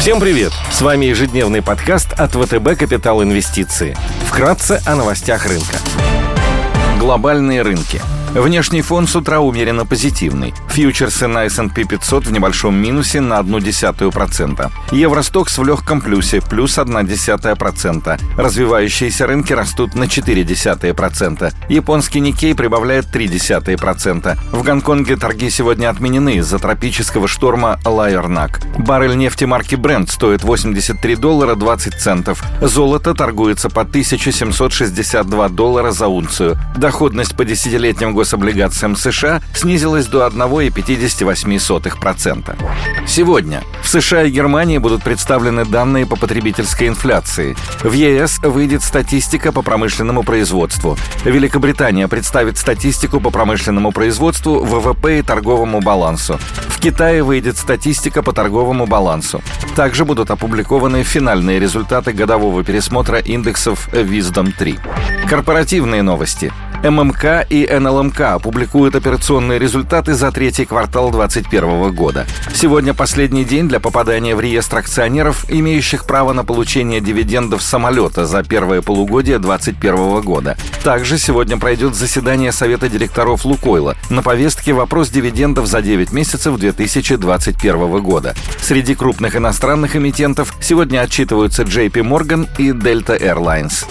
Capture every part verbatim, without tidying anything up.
Всем привет! С вами ежедневный подкаст от вэ тэ бэ «Капитал Инвестиции». Вкратце о новостях рынка. Глобальные рынки. Внешний фон с утра умеренно позитивный. Фьючерсы на эс энд пи пятьсот в небольшом минусе на ноль целых одна десятая процента. Евростокс в легком плюсе, плюс ноль целых одна десятая процента. Развивающиеся рынки растут на четыре десятых процента. Японский Никкей прибавляет три десятых процента. В Гонконге торги сегодня отменены из-за тропического шторма Лайернак. Баррель нефти марки Brent стоит восемьдесят три доллара двадцать центов. Золото торгуется по тысяча семьсот шестьдесят два доллара за унцию. Доходность по десятилетним государствам облигациям США снизилась до одна целая пятьдесят восемь сотых процента. Сегодня в США и Германии будут представлены данные по потребительской инфляции. В е эс выйдет статистика по промышленному производству. Великобритания представит статистику по промышленному производству, вэ вэ пэ и торговому балансу. В Китае выйдет статистика по торговому балансу. Также будут опубликованы финальные результаты годового пересмотра индексов Wisdom три. Корпоративные новости. эм эм ка и эн эл эм ка опубликуют операционные результаты за третий квартал две тысячи двадцать первого года. Сегодня последний день для попадания в реестр акционеров, имеющих право на получение дивидендов самолета за первое полугодие две тысячи двадцать первого года. Также сегодня пройдет заседание Совета директоров Лукойла. На повестке вопрос дивидендов за девять месяцев две тысячи двадцать первого года. Среди крупных иностранных эмитентов сегодня отчитываются джей пи Morgan и Delta Airlines.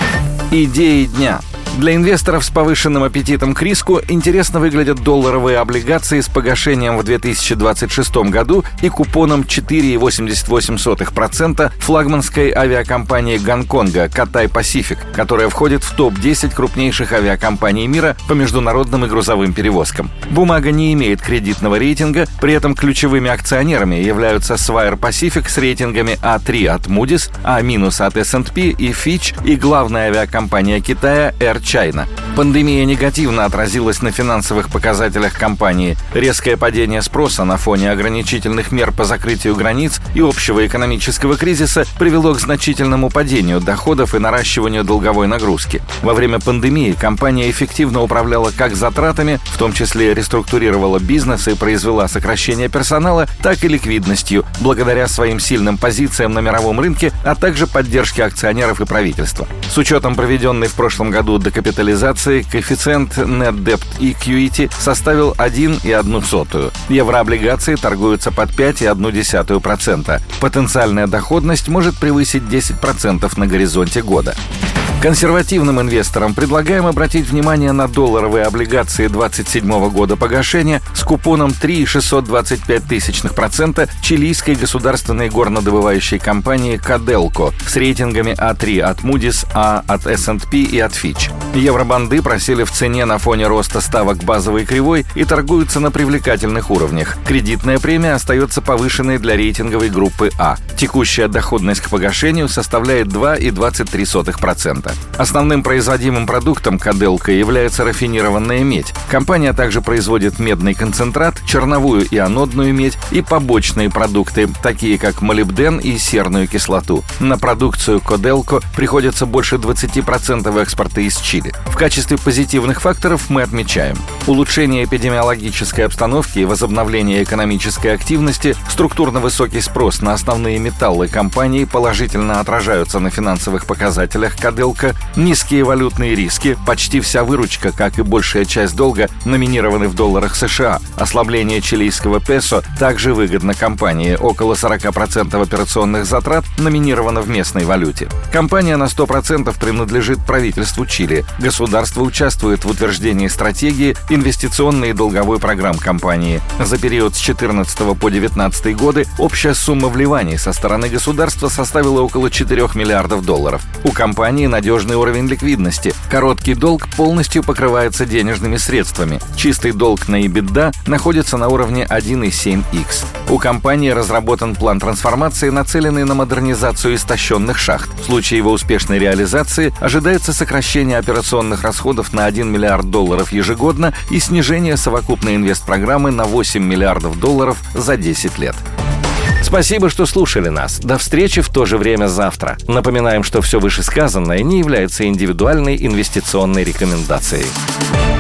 Идеи дня. Для инвесторов с повышенным аппетитом к риску интересно выглядят долларовые облигации с погашением в две тысячи двадцать шестом году и купоном четыре целых восемьдесят восемь сотых процента флагманской авиакомпании Гонконга Cathay Pacific, которая входит в топ десять крупнейших авиакомпаний мира по международным и грузовым перевозкам. Бумага не имеет кредитного рейтинга, при этом ключевыми акционерами являются Swire Pacific с рейтингами а три от Moody's, А- от эс энд пи и Fitch и главная авиакомпания Китая Air China. Пандемия негативно отразилась на финансовых показателях компании. Резкое падение спроса на фоне ограничительных мер по закрытию границ и общего экономического кризиса привело к значительному падению доходов и наращиванию долговой нагрузки. Во время пандемии компания эффективно управляла как затратами, в том числе реструктурировала бизнес и произвела сокращение персонала, так и ликвидностью, благодаря своим сильным позициям на мировом рынке, а также поддержке акционеров и правительства. С учетом проведенной в прошлом году докапитализации, коэффициент Net Debt Equity составил один целых одну сотую. Еврооблигации торгуются под пять целых одну десятую процента. Потенциальная доходность может превысить десять процентов на горизонте года. Консервативным инвесторам предлагаем обратить внимание на долларовые облигации двадцать седьмого года погашения с купоном три целых шестьсот двадцать пять тысячных процента чилийской государственной горнодобывающей компании Codelco с рейтингами а три от Moody's, А от эс энд пи и от Fitch. Евробанды просели в цене на фоне роста ставок базовой кривой и торгуются на привлекательных уровнях. Кредитная премия остается повышенной для рейтинговой группы А. Текущая доходность к погашению составляет два целых двадцать три сотых процента. Основным производимым продуктом Codelco является рафинированная медь. Компания также производит медный концентрат, черновую и анодную медь и побочные продукты, такие как молибден и серную кислоту. На продукцию Codelco приходится больше двадцать процентов экспорта из Чили. В качестве позитивных факторов мы отмечаем улучшение эпидемиологической обстановки и возобновление экономической активности, структурно высокий спрос на основные металлы компании положительно отражаются на финансовых показателях Codelco, низкие валютные риски, почти вся выручка, как и большая часть долга, номинированы в долларах США. Ослабление чилийского песо также выгодно компании. Около сорок процентов операционных затрат номинировано в местной валюте. Компания на сто процентов принадлежит правительству Чили. Государство участвует в утверждении стратегии инвестиционной и долговой программ компании. За период с две тысячи четырнадцатого по две тысячи девятнадцатый годы общая сумма вливаний со стороны государства составила около четырёх миллиардов долларов. У компании надежный уровень ликвидности. Короткий долг полностью покрывается денежными средствами. Чистый долг на EBITDA находится на уровне один целых семь икс. У компании разработан план трансформации, нацеленный на модернизацию истощенных шахт. В случае его успешной реализации ожидается сокращение операционных расходов на один миллиард долларов ежегодно и снижение совокупной инвестпрограммы на восемь миллиардов долларов за десять лет. Спасибо, что слушали нас. До встречи в то же время завтра. Напоминаем, что все вышесказанное не является индивидуальной инвестиционной рекомендацией.